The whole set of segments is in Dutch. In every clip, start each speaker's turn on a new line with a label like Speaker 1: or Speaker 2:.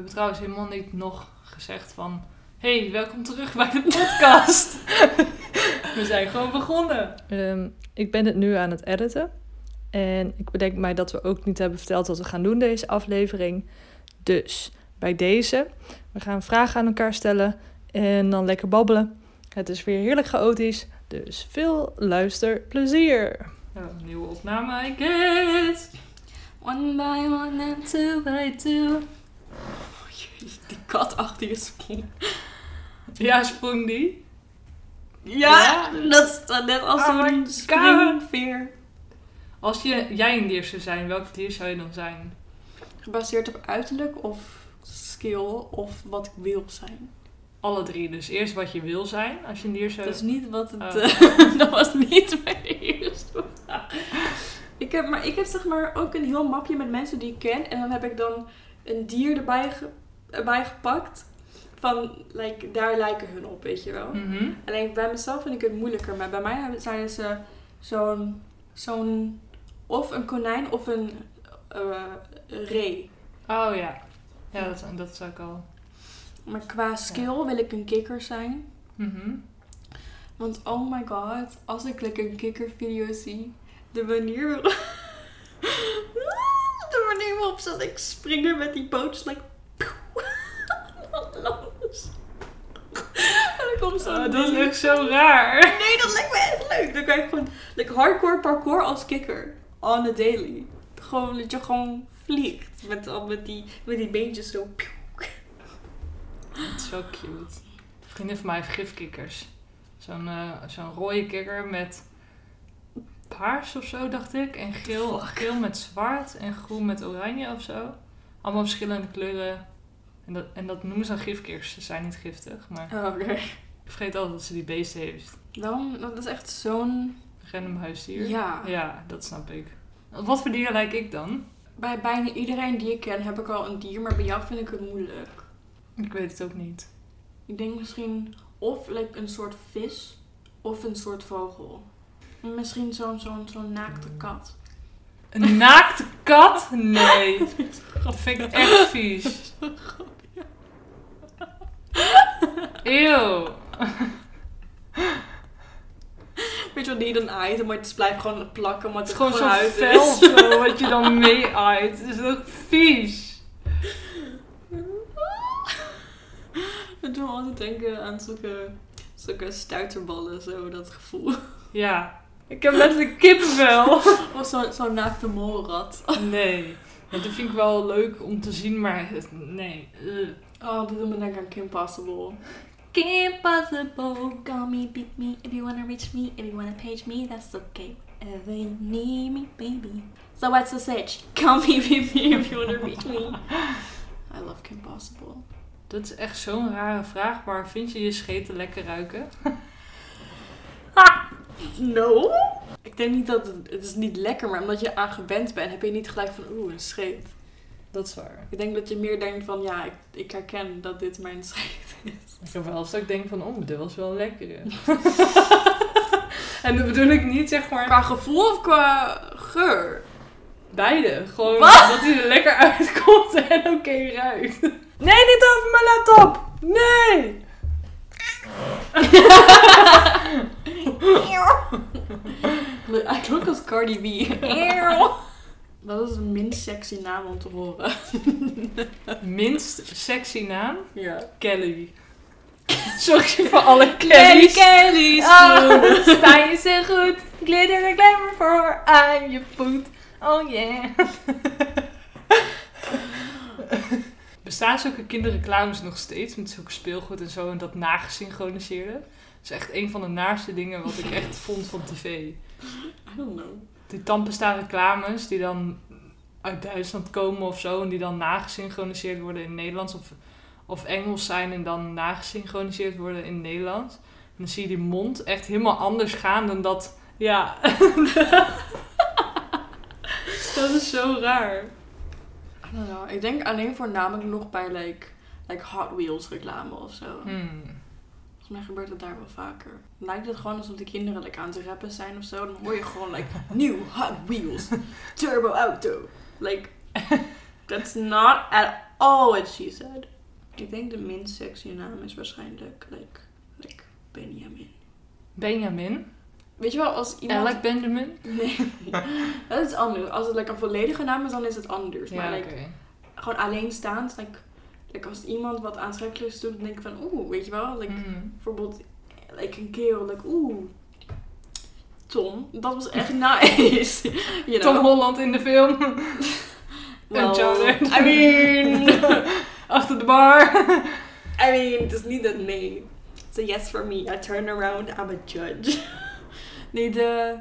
Speaker 1: hebben trouwens helemaal niet nog gezegd van... Hey, welkom terug bij de podcast. We zijn gewoon begonnen.
Speaker 2: Ik ben het nu aan het editen. En ik bedenk mij dat we ook niet hebben verteld wat we gaan doen deze aflevering. Dus bij deze, we gaan vragen aan elkaar stellen en dan lekker babbelen. Het is weer heerlijk chaotisch, dus veel luisterplezier.
Speaker 1: Ja, een nieuwe opname, I guess.
Speaker 3: One by one and two by two. Oh, jezus, die kat achter je sprong.
Speaker 1: Ja, sprong die?
Speaker 3: Ja, dat is dan net als een springveer.
Speaker 1: Als jij een dier zou zijn, welk dier zou je dan zijn?
Speaker 3: Gebaseerd op uiterlijk of skill of wat ik wil zijn?
Speaker 1: Alle drie. Dus eerst wat je wil zijn als je een dier zou...
Speaker 3: Dat is niet wat het... dat was niet mijn eerste vraag. Ik heb zeg maar ook een heel mapje met mensen die ik ken. En dan heb ik dan een dier erbij gepakt. Van, daar lijken hun op, weet je wel.
Speaker 1: Mm-hmm.
Speaker 3: Alleen bij mezelf vind ik het moeilijker. Maar bij mij zijn ze zo'n of een konijn of een ree.
Speaker 1: Oh ja. Ja, dat zou ik al...
Speaker 3: Maar qua skill wil ik een kikker zijn.
Speaker 1: Mm-hmm.
Speaker 3: Want oh my god, als ik een kikkervideo zie, de manier waarop ze springen met die pootjes, los. En dan komt zo.
Speaker 1: Dat is echt zo raar.
Speaker 3: Nee, dat lijkt me echt leuk. Dan kan je gewoon hardcore parkour als kikker. On a daily. Gewoon dat je gewoon vliegt. Met die beentjes zo.
Speaker 1: Dat is zo cute. Een vriendin van mij heeft gifkikkers. Zo'n rode kikker met paars of zo, dacht ik. En geel met zwart en groen met oranje of zo. Allemaal verschillende kleuren. En dat noemen ze dan gifkikkers. Ze zijn niet giftig, maar...
Speaker 3: Oh, oké.
Speaker 1: Ik vergeet altijd dat ze die beesten heeft.
Speaker 3: Dat is echt zo'n...
Speaker 1: Random huisdier.
Speaker 3: Ja.
Speaker 1: Ja, dat snap ik. Wat voor dier lijk ik dan?
Speaker 3: Bij bijna iedereen die ik ken heb ik al een dier, maar bij jou vind ik het moeilijk.
Speaker 1: Ik weet het ook niet.
Speaker 3: Ik denk misschien of een soort vis of een soort vogel. Misschien zo'n naakte kat.
Speaker 1: Een naakte kat? Nee. Dat vind ik echt vies. Eeuw.
Speaker 3: Weet je wat, niet een aait, maar het blijft gewoon plakken, maar
Speaker 1: Het
Speaker 3: het
Speaker 1: is gewoon zo'n
Speaker 3: uit
Speaker 1: vel
Speaker 3: is.
Speaker 1: of zo, wat je dan mee aait. Het is ook vies.
Speaker 3: Het doet me altijd denken aan zulke stuiterballen, zo dat gevoel.
Speaker 1: Ja. Ik heb letterlijk kippenvel.
Speaker 3: Of zo'n naakte molrat.
Speaker 1: Nee. Ja, dat vind ik wel leuk om te zien, maar nee.
Speaker 3: Oh, dit doet me denken aan Kim Possible.
Speaker 4: Kim Possible, call me, beat me, if you wanna reach me, if you wanna page me, that's okay. Whenever you need me, baby.
Speaker 3: So what's the sitch? Call me, beat me, if you wanna reach me. I love Kim Possible.
Speaker 1: Dat is echt zo'n rare vraag, maar vind je je scheten lekker ruiken?
Speaker 3: No. Ik denk niet dat het is niet lekker, maar omdat je aan gewend bent, heb je niet gelijk van een scheet.
Speaker 1: Dat is waar.
Speaker 3: Ik denk dat je meer denkt van ja, ik herken dat dit mijn scheet is.
Speaker 1: Ik heb wel eens dat ik denk van, dit was wel lekker. En dat bedoel ik niet, zeg maar...
Speaker 3: Qua gevoel of qua geur?
Speaker 1: Beide. Gewoon dat hij er lekker uitkomt en oké ruikt. Nee, niet over mijn laptop! Nee!
Speaker 3: Hij klonk als Cardi B. Wat is de minst sexy naam om te horen?
Speaker 1: Minst sexy naam?
Speaker 3: Ja.
Speaker 1: Kelly. Sorry voor alle Kelly's.
Speaker 3: Kelly's.
Speaker 1: Oh, sta je zo goed. Glitter en glamour voor aan je voet. Oh yeah. Bestaan zulke kinderreclames nog steeds met zulke speelgoed en zo en dat nagesynchroniseerde? Dat is echt een van de naarste dingen wat ik echt vond van tv.
Speaker 3: I don't know.
Speaker 1: Die tandpasta reclames die dan uit Duitsland komen of zo en die dan nagesynchroniseerd worden in het Nederlands of Engels zijn en dan nagesynchroniseerd worden in het Nederlands. En dan zie je die mond echt helemaal anders gaan dan dat, ja. Dat is zo raar.
Speaker 3: I don't know. Ik denk alleen voornamelijk nog bij like Hot Wheels reclame of zo. Volgens mij gebeurt het daar wel vaker. Lijkt het gewoon alsof de kinderen aan het rappen zijn of zo. Dan hoor je gewoon new Hot Wheels, turbo auto. That's not at Oh, what she said. Ik denk de minst sexy naam is waarschijnlijk like Benjamin.
Speaker 1: Benjamin.
Speaker 3: Weet je wel, als iemand...
Speaker 1: Alec Benjamin.
Speaker 3: Nee, dat is anders. Als het een volledige naam is, dan is het anders.
Speaker 1: Ja,
Speaker 3: Maar
Speaker 1: oké.
Speaker 3: gewoon alleenstaand, als iemand wat aantrekkelijks doet, dan denk ik van, weet je wel, bijvoorbeeld, een kerel, Tom, dat was echt nice. You know?
Speaker 1: Tom Holland in de film.
Speaker 3: Well, I mean...
Speaker 1: Achter de bar.
Speaker 3: I mean, het is niet dat nee. It's a yes for me. I turn around, I'm a judge. Nee,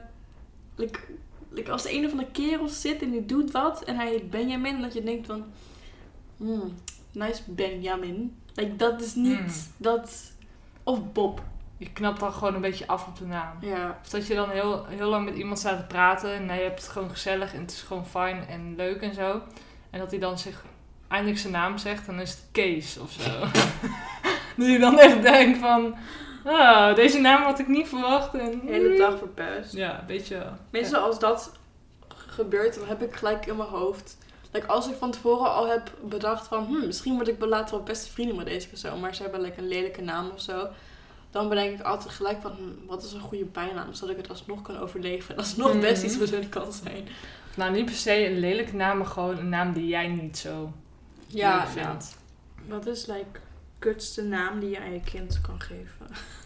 Speaker 3: als een of andere kerel zit en die doet wat en hij heet Benjamin, en dat je denkt van, nice Benjamin. Dat is niet dat... Of Bob.
Speaker 1: Je knapt dan gewoon een beetje af op de naam.
Speaker 3: Ja.
Speaker 1: Of dat je dan heel lang met iemand staat te praten en je hebt het gewoon gezellig en het is gewoon fijn en leuk en zo. En dat hij dan eindelijk zijn naam zegt, dan is het Kees of zo. Dat je dan echt denkt van, deze naam had ik niet verwacht. En,
Speaker 3: De hele dag verpest.
Speaker 1: Ja, een beetje.
Speaker 3: Meestal als dat gebeurt, dan heb ik gelijk in mijn hoofd... als ik van tevoren al heb bedacht van... misschien word ik later wel beste vrienden met deze persoon... maar ze hebben een lelijke naam of zo... dan bedenk ik altijd gelijk van... wat is een goede bijnaam, zodat ik het alsnog kan overleven... en alsnog best iets voor hun kan zijn.
Speaker 1: Nou, niet per se een lelijke naam... maar gewoon een naam die jij niet zo leuk vindt.
Speaker 3: Wat is kutste naam die je aan je kind kan geven?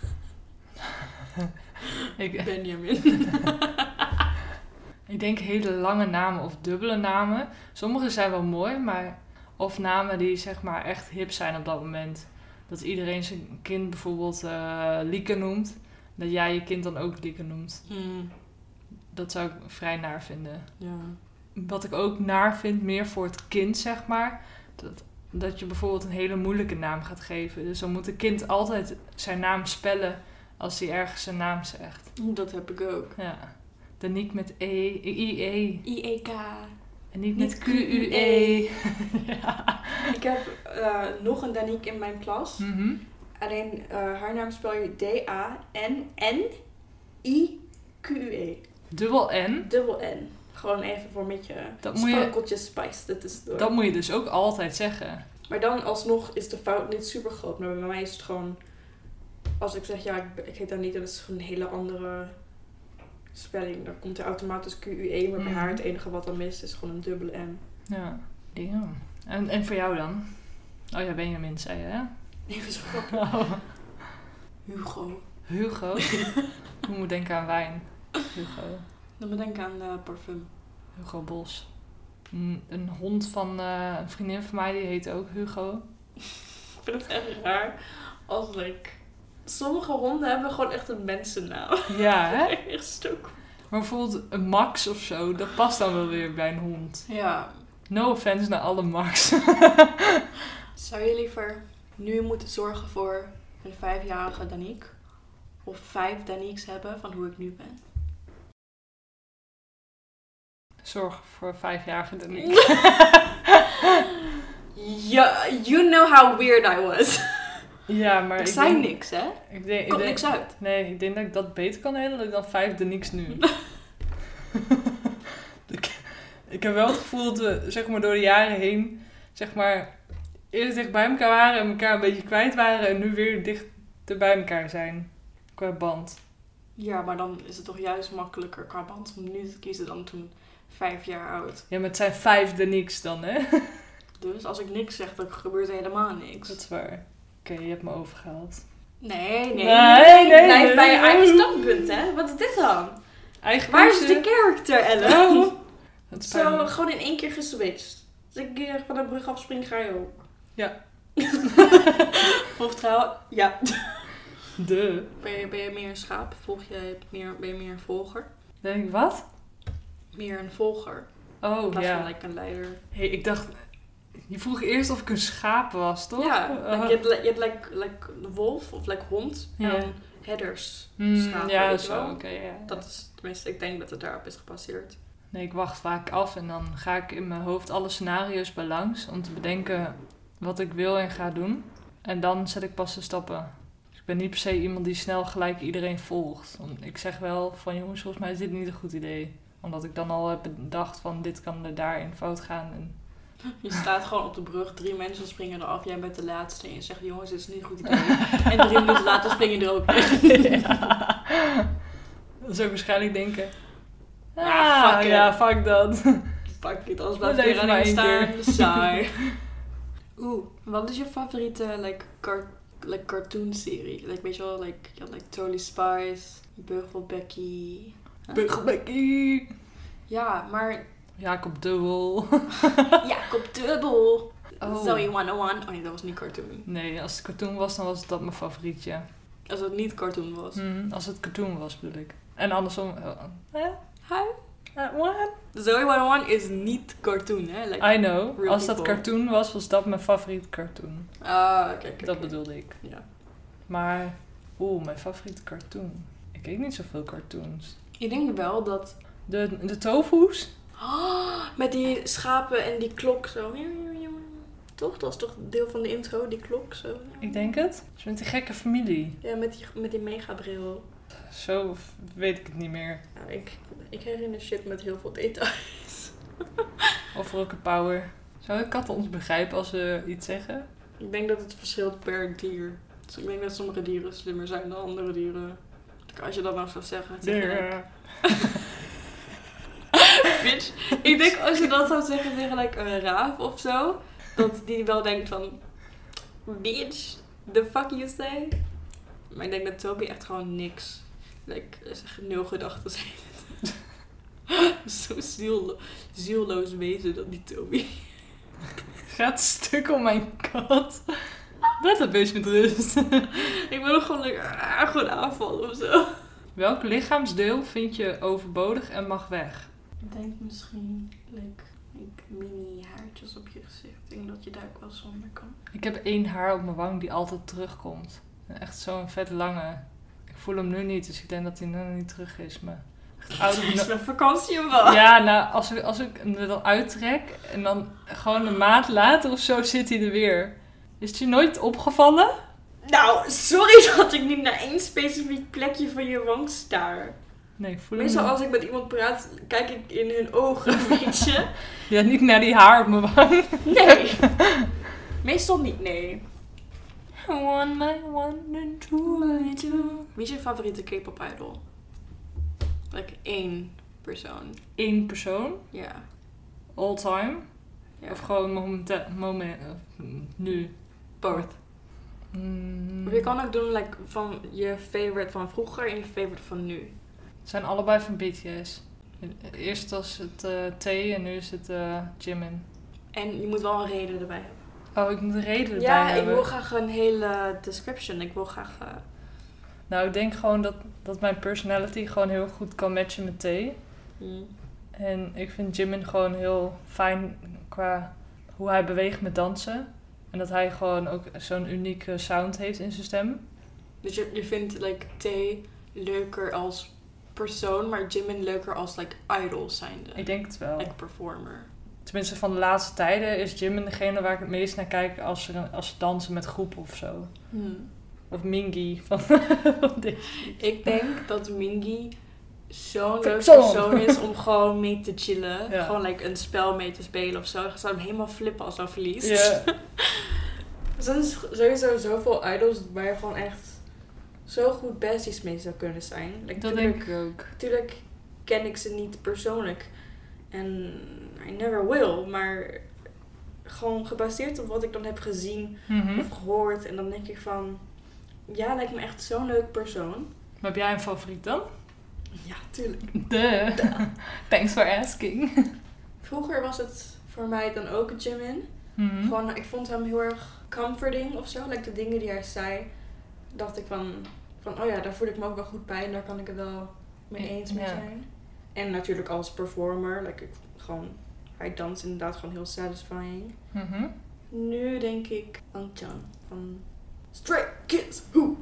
Speaker 3: Benjamin.
Speaker 1: Ik denk hele lange namen of dubbele namen. Sommige zijn wel mooi, maar... Of namen die zeg maar echt hip zijn op dat moment. Dat iedereen zijn kind bijvoorbeeld Lieke noemt. Dat jij je kind dan ook Lieke noemt. Dat zou ik vrij naar vinden.
Speaker 3: Ja.
Speaker 1: Wat ik ook naar vind, meer voor het kind zeg maar... Dat je bijvoorbeeld een hele moeilijke naam gaat geven. Dus dan moet een kind altijd zijn naam spellen... als hij ergens zijn naam zegt.
Speaker 3: Dat heb ik ook.
Speaker 1: Ja. Danique met I-E.
Speaker 3: I-E-K.
Speaker 1: En niet met Q-U-E.
Speaker 3: Ja. Ik heb nog een Danique in mijn klas. Alleen haar naam spel je D-A-N-N-I-Q-U-E.
Speaker 1: Dubbel N?
Speaker 3: Dubbel N. Gewoon even voor een beetje sprankeltjes spice.
Speaker 1: Dat moet je dus ook altijd zeggen.
Speaker 3: Maar dan alsnog is de fout niet super groot. Maar bij mij is het gewoon... Als ik zeg, ik heet dat niet, dan is het gewoon een hele andere spelling. Dan komt er automatisch Q-U-E. Maar bij haar het enige wat dan mist is gewoon een dubbele N.
Speaker 1: Ja. En voor jou dan? Oh ja, Benjamin zei je, hè?
Speaker 3: Nee, dat is grappig.
Speaker 1: Hugo? Ik moet denken aan wijn. Hugo.
Speaker 3: Dan moet ik denken aan parfum.
Speaker 1: Hugo Bos. Een hond van een vriendin van mij, die heet ook Hugo.
Speaker 3: Ik vind het echt raar. Als sommige honden hebben gewoon echt een mensennaam.
Speaker 1: Ja, hè?
Speaker 3: Echt stuk.
Speaker 1: Maar bijvoorbeeld een Max of zo, dat past dan wel weer bij een hond.
Speaker 3: Ja.
Speaker 1: No offense naar alle Max.
Speaker 3: Zou je liever nu moeten zorgen voor een 5-jarige Danique? Of 5 Daniques hebben van hoe ik nu ben?
Speaker 1: Zorg voor 5-jarige Danique.
Speaker 3: You know how weird I was.
Speaker 1: Ja, maar
Speaker 3: ik zei niks, hè? Komt niks uit.
Speaker 1: Nee, ik denk dat ik dat beter kan handelen dan 5 Daniques nu. Ik heb wel het gevoel dat we, zeg maar, door de jaren heen, zeg maar, eerst dicht bij elkaar waren en elkaar een beetje kwijt waren en nu weer dichter bij elkaar zijn. Qua band.
Speaker 3: Ja, maar dan is het toch juist makkelijker qua band om nu te kiezen dan toen 5 jaar oud.
Speaker 1: Ja, maar het zijn 5 Daniques dan, hè?
Speaker 3: Dus als ik niks zeg, dan gebeurt er helemaal niks.
Speaker 1: Dat is waar. Oké, je hebt me overgehaald.
Speaker 3: Nee.
Speaker 1: Blijf
Speaker 3: bij je eigen standpunt, hè? Wat is dit dan? Waar is de character, Ellen?
Speaker 1: Oh.
Speaker 3: Zo, gewoon in 1 keer geswitcht. Als ik een keer van de brug afspring, ga je ook.
Speaker 1: Ja.
Speaker 3: Of trouw, ja.
Speaker 1: Ben
Speaker 3: Ben je meer een schaap? Ben je meer een volger?
Speaker 1: ik wat?
Speaker 3: Meer een volger.
Speaker 1: Oh,
Speaker 3: in plaats
Speaker 1: ja.
Speaker 3: van een leider.
Speaker 1: Hey, ik dacht... Je vroeg eerst of ik een schaap was, toch?
Speaker 3: Ja, je hebt een wolf of hond.
Speaker 1: Ja.
Speaker 3: En herders. Schapen,
Speaker 1: ja,
Speaker 3: weet je
Speaker 1: zo.
Speaker 3: wel?
Speaker 1: Oké, ja.
Speaker 3: Dat is, tenminste, ik denk dat het daarop is gebaseerd.
Speaker 1: Nee, ik wacht vaak af en dan ga ik in mijn hoofd alle scenario's bij langs om te bedenken wat ik wil en ga doen. En dan zet ik pas de stappen. Dus ik ben niet per se iemand die snel gelijk iedereen volgt. Ik zeg wel van jongens, volgens mij is dit niet een goed idee. Omdat ik dan al heb bedacht van dit kan er daarin fout gaan. En
Speaker 3: Je staat gewoon op de brug, 3 mensen springen eraf, jij bent de laatste en je zegt, jongens, dit is niet een goed idee. En 3 minuten later spring je er ook in.
Speaker 1: Ja. Dat zou ik waarschijnlijk denken.
Speaker 3: Ja, fuck it.
Speaker 1: Ja, fuck dat.
Speaker 3: Fuck it, anders
Speaker 1: We
Speaker 3: blijf je
Speaker 1: leven maar
Speaker 3: erin
Speaker 1: één
Speaker 3: staan. Saai. Oeh, wat is je favoriete cartoon serie? Weet je wel, je had Totally Spice, Beugel Becky.
Speaker 1: Becky.
Speaker 3: Ja, maar
Speaker 1: Jacob Dubbel.
Speaker 3: Jacob Dubbel.
Speaker 1: Oh.
Speaker 3: Zoe 101. Oh nee, dat was niet cartoon.
Speaker 1: Nee, als het cartoon was, dan was dat mijn favorietje.
Speaker 3: Als het niet cartoon was.
Speaker 1: Als het cartoon was, bedoel ik. En andersom.
Speaker 3: Hi.
Speaker 1: What?
Speaker 3: Zoe 101 is niet cartoon, hè?
Speaker 1: I know.
Speaker 3: real
Speaker 1: Als dat
Speaker 3: people.
Speaker 1: cartoon was, was dat mijn favoriete cartoon.
Speaker 3: Kijk.
Speaker 1: Dat bedoelde ik.
Speaker 3: Ja.
Speaker 1: Maar, mijn favoriete cartoon. Ik keek niet zoveel cartoons.
Speaker 3: Ik denk wel dat...
Speaker 1: De tofu's?
Speaker 3: Met die schapen en die klok zo. Toch? Dat was toch deel van de intro, die klok zo.
Speaker 1: Ik denk het. Dus met die gekke familie.
Speaker 3: Ja, met die megabril.
Speaker 1: Zo weet ik het niet meer.
Speaker 3: Nou, ik herinner shit met heel veel details.
Speaker 1: Of Rocket Power. Zouden katten ons begrijpen als ze iets zeggen?
Speaker 3: Ik denk dat het verschilt per dier. Dus ik denk dat sommige dieren slimmer zijn dan andere dieren. Als je dat nou zou zeggen. Bitch. Ik denk als je dat zou zeggen tegen een raaf of zo. Dat die wel denkt van... Bitch, the fuck you say? Maar ik denk dat Toby echt gewoon niks... zeg 0 gedachten heeft. Zo zielloos wezen dat die Toby.
Speaker 1: Gaat stuk om mijn kat. Laat dat beest met rust.
Speaker 3: Ik wil nog gewoon aanvallen of zo.
Speaker 1: Welk lichaamsdeel vind je overbodig en mag weg?
Speaker 3: Ik denk misschien mini haartjes op je gezicht. Ik denk dat je daar ook wel zonder kan.
Speaker 1: Ik heb 1 haar op mijn wang die altijd terugkomt. Echt zo'n vet lange. Ik voel hem nu niet, dus ik denk dat hij nu niet terug is. Maar echt oud.
Speaker 3: Is het vakantie of wat?
Speaker 1: Ja, nou, als ik hem er dan uittrek en dan gewoon een maand later of zo zit hij er weer. Is het je nooit opgevallen?
Speaker 3: Nou, sorry dat ik niet naar één specifiek plekje van je wang staar.
Speaker 1: Nee, ik voel hem
Speaker 3: Meestal
Speaker 1: niet.
Speaker 3: als ik met iemand praat, kijk ik in hun ogen, weet je?
Speaker 1: Ja, niet naar die haar op mijn wang.
Speaker 3: Nee. Meestal niet, nee.
Speaker 1: One my one and two my two.
Speaker 3: Wie is je favoriete K-pop idol? 1 persoon.
Speaker 1: 1 persoon,
Speaker 3: Ja.
Speaker 1: all time.
Speaker 3: Ja.
Speaker 1: Of gewoon nu.
Speaker 3: Both. Of je kan ook doen van je favorite van vroeger en je favorite van nu.
Speaker 1: Het zijn allebei van BTS. Eerst was het T en nu is het Jimin.
Speaker 3: En je moet wel een reden erbij hebben.
Speaker 1: Oh, ik moet een reden erbij
Speaker 3: Ja,
Speaker 1: hebben.
Speaker 3: ik wil graag een hele description. Ik wil graag...
Speaker 1: Nou, ik denk gewoon dat mijn personality gewoon heel goed kan matchen met T. En ik vind Jimin gewoon heel fijn qua hoe hij beweegt met dansen. En dat hij gewoon ook zo'n unieke sound heeft in zijn stem.
Speaker 3: Dus je vindt T leuker als persoon, maar Jimin leuker als idol zijnde.
Speaker 1: Ik denk het wel.
Speaker 3: Performer.
Speaker 1: Tenminste, van de laatste tijden is Jimin degene waar ik het meest naar kijk als ze dansen met groep of zo. Of Mingy van deze.
Speaker 3: Ik denk dat Mingy zo'n leuk
Speaker 1: Persoon.
Speaker 3: persoon is om gewoon mee te chillen.
Speaker 1: Ja.
Speaker 3: Gewoon een spel mee te spelen of zo. Je zou hem helemaal flippen als hij verliest.
Speaker 1: Ja.
Speaker 3: Er zijn sowieso zoveel idols waar je gewoon echt zo goed besties mee zou kunnen zijn.
Speaker 1: Dat denk ik ook.
Speaker 3: Natuurlijk ken ik ze niet persoonlijk. En I never will. Maar gewoon gebaseerd op wat ik dan heb gezien of gehoord. En dan denk ik van... Ja, lijkt me echt zo'n leuk persoon.
Speaker 1: Maar heb jij een favoriet dan?
Speaker 3: Ja, tuurlijk.
Speaker 1: Thanks for asking.
Speaker 3: Vroeger was het voor mij dan ook Jimin. Gewoon, ik vond hem heel erg comforting of zo. De dingen die hij zei, dacht ik van oh ja, daar voel ik me ook wel goed bij. En daar kan ik het wel mee eens mee zijn. En natuurlijk als performer. Hij danst inderdaad gewoon heel satisfying. Nu denk ik aan Chan van Stray Kids.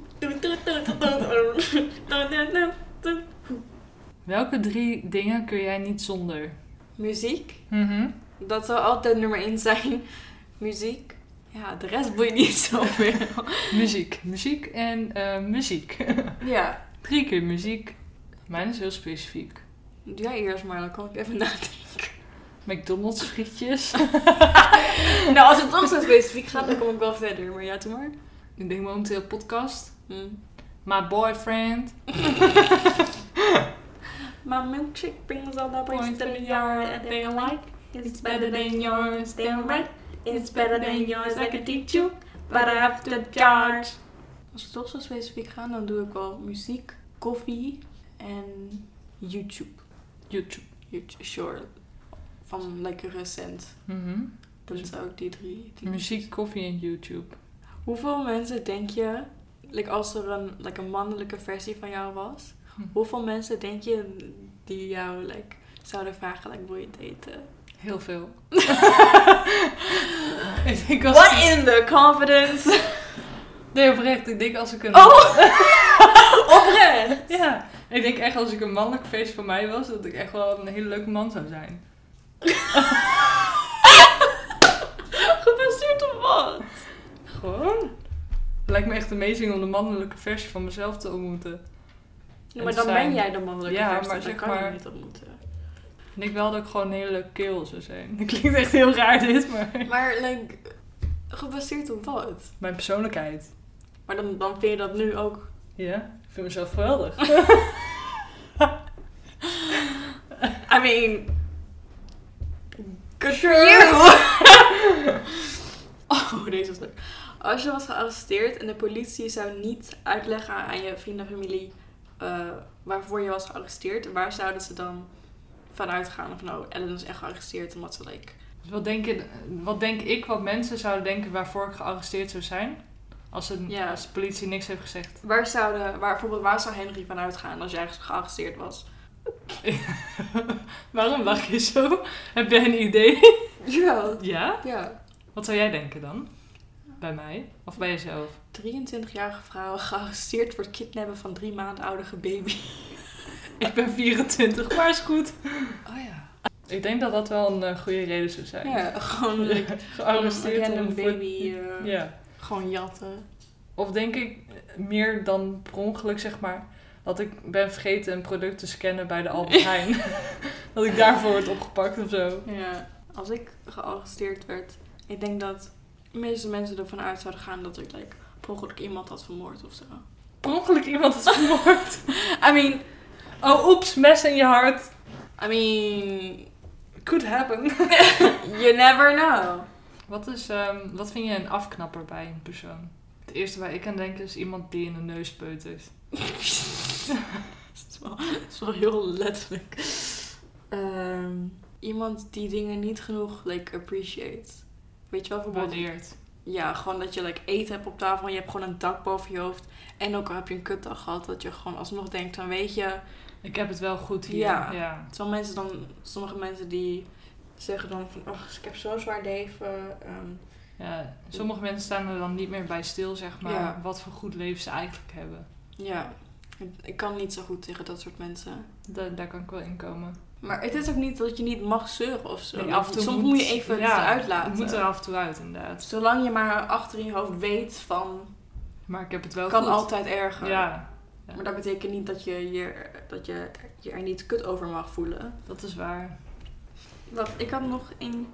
Speaker 1: Welke 3 dingen kun jij niet zonder?
Speaker 3: Muziek. Dat zou altijd nummer 1 zijn. Muziek. Ja, de rest boeit niet zoveel.
Speaker 1: Muziek en muziek.
Speaker 3: Ja.
Speaker 1: 3 keer muziek. Mijn is heel specifiek.
Speaker 3: Doe jij eerst maar, dan kan ik even nadenken.
Speaker 1: McDonald's frietjes.
Speaker 3: Nou, als het toch zo specifiek gaat, dan kom ik wel verder. Maar ja, doe maar.
Speaker 1: Ik denk momenteel podcast.
Speaker 3: Hm.
Speaker 1: My boyfriend.
Speaker 3: My milkshake brings all the boys
Speaker 1: Point
Speaker 3: to the yard and they like. It's better than yours, damn right. It's better than yours, I can teach you. But I have to charge. Als we toch zo specifiek gaan, dan doe ik wel muziek, koffie en YouTube.
Speaker 1: YouTube.
Speaker 3: Sure. Van lekker recent.
Speaker 1: Mhm.
Speaker 3: Dat zijn ook die drie.
Speaker 1: Muziek, koffie en YouTube.
Speaker 3: Hoeveel mensen denk je, als er een mannelijke versie van jou was, hoeveel mensen denk je die jou zouden vragen, wil je daten?
Speaker 1: Heel veel. Ik denk
Speaker 3: What in the confidence?
Speaker 1: Nee, oprecht. Ik denk als ik een...
Speaker 3: Oh! Oprecht?
Speaker 1: Ja. Ik denk echt als ik een mannelijk feest van mij was, dat ik echt wel een hele leuke man zou zijn.
Speaker 3: Gebaseerd op wat?
Speaker 1: Gewoon. Het lijkt me echt amazing om de mannelijke versie van mezelf te ontmoeten.
Speaker 3: Ja, maar dan ben jij de mannelijke
Speaker 1: Ja,
Speaker 3: versie,
Speaker 1: maar
Speaker 3: dan
Speaker 1: zeg
Speaker 3: kan je
Speaker 1: maar-
Speaker 3: niet ontmoeten.
Speaker 1: Ik denk wel dat ik gewoon een hele leuke keel zou zijn. Dat klinkt echt heel raar dit, maar...
Speaker 3: Maar gebaseerd op wat?
Speaker 1: Mijn persoonlijkheid.
Speaker 3: Maar dan vind je dat nu ook...
Speaker 1: Ja, ik vind mezelf geweldig.
Speaker 3: I mean... Good for you! Oh, deze is leuk. Als je was gearresteerd en de politie zou niet uitleggen aan je vrienden en familie waarvoor je was gearresteerd, waar zouden ze dan vanuit gaan? Of nou, Ellen is echt gearresteerd omdat ze
Speaker 1: Dus wat denk ik wat mensen zouden denken waarvoor ik gearresteerd zou zijn? Als de politie niks heeft gezegd.
Speaker 3: Waar zou Henry vanuit gaan als jij gearresteerd was?
Speaker 1: Waarom lach je zo? Heb jij een idee?
Speaker 3: Jawel.
Speaker 1: Ja?
Speaker 3: Ja.
Speaker 1: Wat zou jij denken dan? Bij mij? Of bij jezelf?
Speaker 3: 23-jarige vrouw gearresteerd voor het kidnappen van 3 maanden oudige baby.
Speaker 1: Ik ben 24, maar is goed.
Speaker 3: Oh ja.
Speaker 1: Ik denk dat dat wel een goede reden zou zijn.
Speaker 3: Ja, gewoon
Speaker 1: Gearresteerd
Speaker 3: een
Speaker 1: om
Speaker 3: baby
Speaker 1: Ja.
Speaker 3: gewoon jatten.
Speaker 1: Of denk ik meer dan per ongeluk, zeg maar, dat ik ben vergeten een product te scannen bij de Albert Heijn. Dat ik daarvoor word opgepakt of zo.
Speaker 3: Ja, als ik gearresteerd werd, ik denk dat de meeste mensen ervan uit zouden gaan dat ik per ongeluk iemand had vermoord of zo.
Speaker 1: Per ongeluk iemand is vermoord.
Speaker 3: I mean...
Speaker 1: Oh, oeps, mes in je hart.
Speaker 3: I mean...
Speaker 1: Could happen.
Speaker 3: You never know.
Speaker 1: Wat vind je een afknapper bij een persoon? Het eerste waar ik aan denk is iemand die in de neus peutert.
Speaker 3: Dat is wel heel letterlijk. Iemand die dingen niet genoeg appreciate. Weet je wel, bijvoorbeeld...
Speaker 1: Waardeert.
Speaker 3: Ja, gewoon dat je eten hebt op tafel en je hebt gewoon een dak boven je hoofd. En ook al heb je een kutdag gehad, dat je gewoon alsnog denkt van, weet je...
Speaker 1: Ik heb het wel goed hier.
Speaker 3: Ja. Sommige mensen die zeggen dan van, ik heb zo'n zwaar leven.
Speaker 1: Ja, sommige mensen staan er dan niet meer bij stil, zeg maar,
Speaker 3: Ja.
Speaker 1: wat voor goed leven ze eigenlijk hebben.
Speaker 3: Ja, ik kan niet zo goed tegen dat soort mensen.
Speaker 1: Daar kan ik wel in komen.
Speaker 3: Maar het is ook niet dat je niet mag zeuren of zo.
Speaker 1: Nee, af en toe
Speaker 3: Soms moet je even het uitlaten.
Speaker 1: Het moet er af en toe uit, inderdaad.
Speaker 3: Zolang je maar achter in je hoofd weet van,
Speaker 1: Maar ik heb het wel
Speaker 3: kan
Speaker 1: goed.
Speaker 3: altijd erger.
Speaker 1: Ja,
Speaker 3: Maar dat betekent niet dat je er niet kut over mag voelen.
Speaker 1: dat is waar.
Speaker 3: Wat, ik had nog een...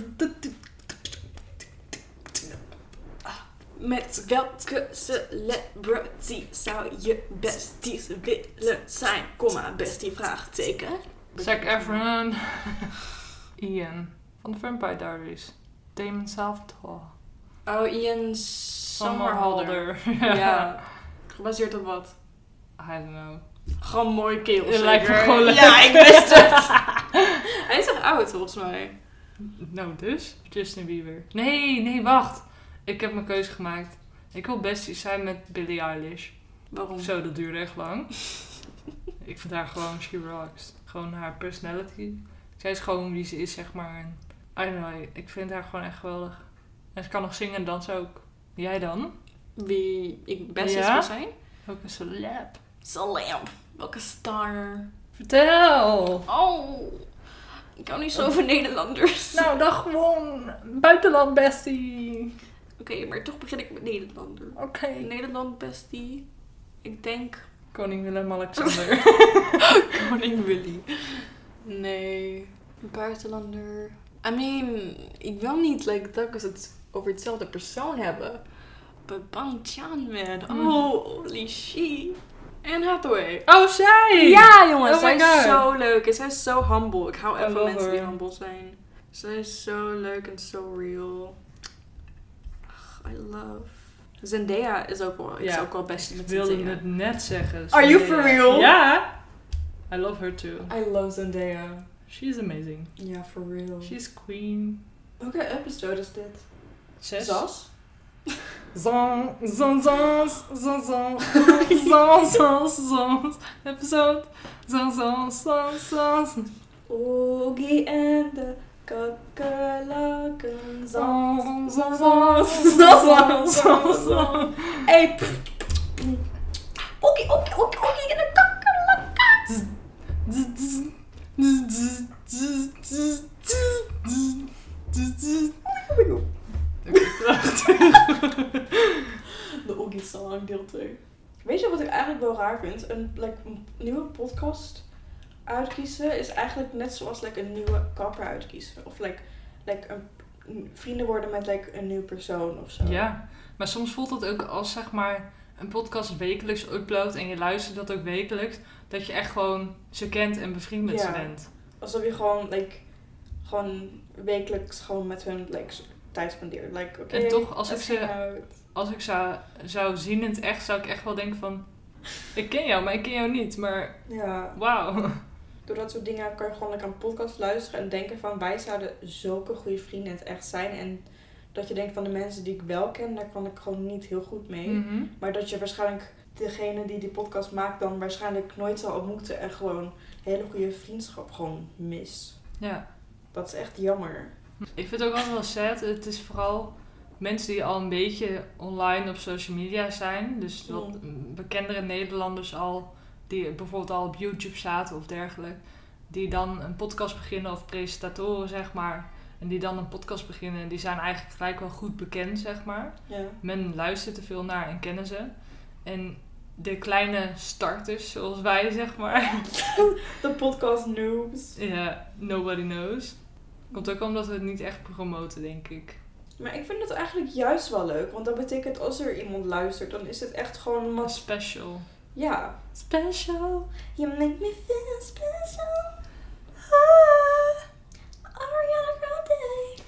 Speaker 3: Met welke celebrity zou je besties willen zijn? Komma, bestie, vraagteken.
Speaker 1: Zac Efron. Ian. Van de Vampire Diaries. Damon Salvatore.
Speaker 3: Oh, Ian Somerhalder. Ja. Gebaseerd op wat?
Speaker 1: I don't know.
Speaker 3: Gewoon een mooie kerel.
Speaker 1: Het lijkt me
Speaker 3: zeker?
Speaker 1: gewoon leuk.
Speaker 3: Ja, ik wist het. Hij is echt oud volgens mij.
Speaker 1: Nou dus? Justin Bieber. Nee, wacht. Ik heb mijn keuze gemaakt. Ik wil besties zijn met Billie Eilish.
Speaker 3: Waarom?
Speaker 1: Zo, dat duurde echt lang. Ik vind haar gewoon, she rocks. Gewoon haar personality. Zij is gewoon wie ze is, zeg maar. En, I don't know, ik vind haar gewoon echt geweldig. En ze kan nog zingen en dansen ook. Jij dan?
Speaker 3: Wie ik besties
Speaker 1: Ja?
Speaker 3: wil zijn?
Speaker 1: Ook een celeb.
Speaker 3: Celeb. Welke star?
Speaker 1: Vertel!
Speaker 3: Oh. Ik hou niet zo van Nederlanders.
Speaker 1: Nou, dan gewoon buitenland bestie.
Speaker 3: Oké, maar toch begin ik met Nederlander.
Speaker 1: Oké.
Speaker 3: Nederland bestie. Ik denk
Speaker 1: Koning Willem-Alexander.
Speaker 3: Koning Willy. Nee. Buitenlander. I mean, ik wil niet dat we het over hetzelfde persoon hebben. But Bang Chan-man. Oh, holy shit. Anne Hathaway.
Speaker 1: Oh, zij!
Speaker 3: Ja, jongens.
Speaker 1: Oh
Speaker 3: zij
Speaker 1: my
Speaker 3: is
Speaker 1: God.
Speaker 3: zo leuk. En zij is zo humble. Ik hou echt
Speaker 1: I
Speaker 3: van
Speaker 1: love
Speaker 3: mensen die
Speaker 1: her.
Speaker 3: humble zijn. Zij is zo leuk en zo real. Ach, I love. Zendaya is ook wel best
Speaker 1: Ik
Speaker 3: met
Speaker 1: wilde
Speaker 3: Zendaya.
Speaker 1: het net zeggen.
Speaker 3: Are you
Speaker 1: Zendaya.
Speaker 3: for real?
Speaker 1: Ja. I love her too.
Speaker 3: I love Zendaya.
Speaker 1: She's amazing.
Speaker 3: Ja, for real.
Speaker 1: She's queen.
Speaker 3: Welke episode is dit?
Speaker 1: 6.
Speaker 3: Zas?
Speaker 1: Zon. Episode. Zon.
Speaker 3: Oogie and the kakkerlakken.
Speaker 1: Zon.
Speaker 3: Hey. Oogie and the kakkerlakken. De Oogie Song deel 2. Weet je wat ik eigenlijk wel raar vind? Een nieuwe podcast uitkiezen is eigenlijk net zoals een nieuwe kapper uitkiezen. Of vrienden worden met een nieuw persoon of zo.
Speaker 1: Ja, maar soms voelt het ook als zeg maar een podcast wekelijks uploadt en je luistert dat ook wekelijks, dat je echt gewoon ze kent en bevriend met ze bent.
Speaker 3: Alsof je gewoon wekelijks gewoon met hun tijd spendeert.
Speaker 1: En toch, als ik zou zien in het echt, zou ik echt wel denken van, ik ken jou, maar ik ken jou niet. Maar
Speaker 3: ja.
Speaker 1: wauw.
Speaker 3: Door dat soort dingen kan je gewoon aan een podcast luisteren en denken van, wij zouden zulke goede vrienden in het echt zijn. En dat je denkt van de mensen die ik wel ken, daar kan ik gewoon niet heel goed mee.
Speaker 1: Mm-hmm.
Speaker 3: Maar dat je waarschijnlijk degene die podcast maakt dan waarschijnlijk nooit zal ontmoeten en gewoon een hele goede vriendschap gewoon mist.
Speaker 1: Ja.
Speaker 3: Dat is echt jammer.
Speaker 1: Ik vind het ook altijd wel sad. Het is vooral mensen die al een beetje online op social media zijn. Dus wat bekendere Nederlanders al, die bijvoorbeeld al op YouTube zaten of dergelijke. Die dan een podcast beginnen of presentatoren, zeg maar. En die dan een podcast beginnen. Die zijn eigenlijk gelijk wel goed bekend, zeg maar.
Speaker 3: Ja.
Speaker 1: Men luistert er veel naar en kennen ze. En de kleine starters, zoals wij, zeg maar.
Speaker 3: De podcast noobs.
Speaker 1: Ja, nobody knows. Komt ook omdat we het niet echt promoten, denk ik.
Speaker 3: Maar ik vind het eigenlijk juist wel leuk. Want dat betekent als er iemand luistert, dan is het echt gewoon
Speaker 1: Een special.
Speaker 3: Ja.
Speaker 1: Special.
Speaker 3: You make me feel special. Ariana Grande.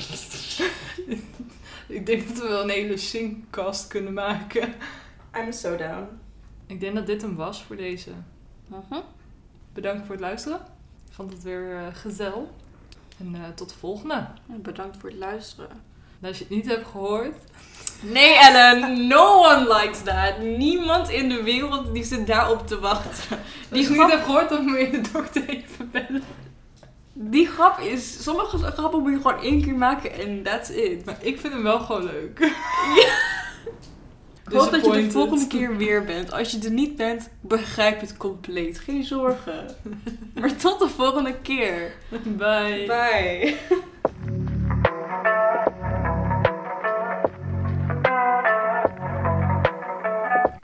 Speaker 1: Ik denk dat we wel een hele singcast kunnen maken.
Speaker 3: I'm so down.
Speaker 1: Ik denk dat dit hem was voor deze. Bedankt voor het luisteren. Ik vond het weer gezellig. En tot de volgende.
Speaker 3: Bedankt voor het luisteren.
Speaker 1: En als je het niet hebt gehoord.
Speaker 3: Nee, Ellen, no one likes that. Niemand in de wereld die zit daarop te wachten.
Speaker 1: Als je het niet hebt gehoord, dan moet je de dokter even bellen.
Speaker 3: Die grap is... Sommige grappen moet je gewoon 1 keer maken en that's it.
Speaker 1: Maar ik vind hem wel gewoon leuk.
Speaker 3: Ik hoop dat je de volgende keer weer bent. Als je er niet bent, begrijp het compleet. Geen zorgen. Maar tot de volgende keer.
Speaker 1: Bye.
Speaker 3: Bye.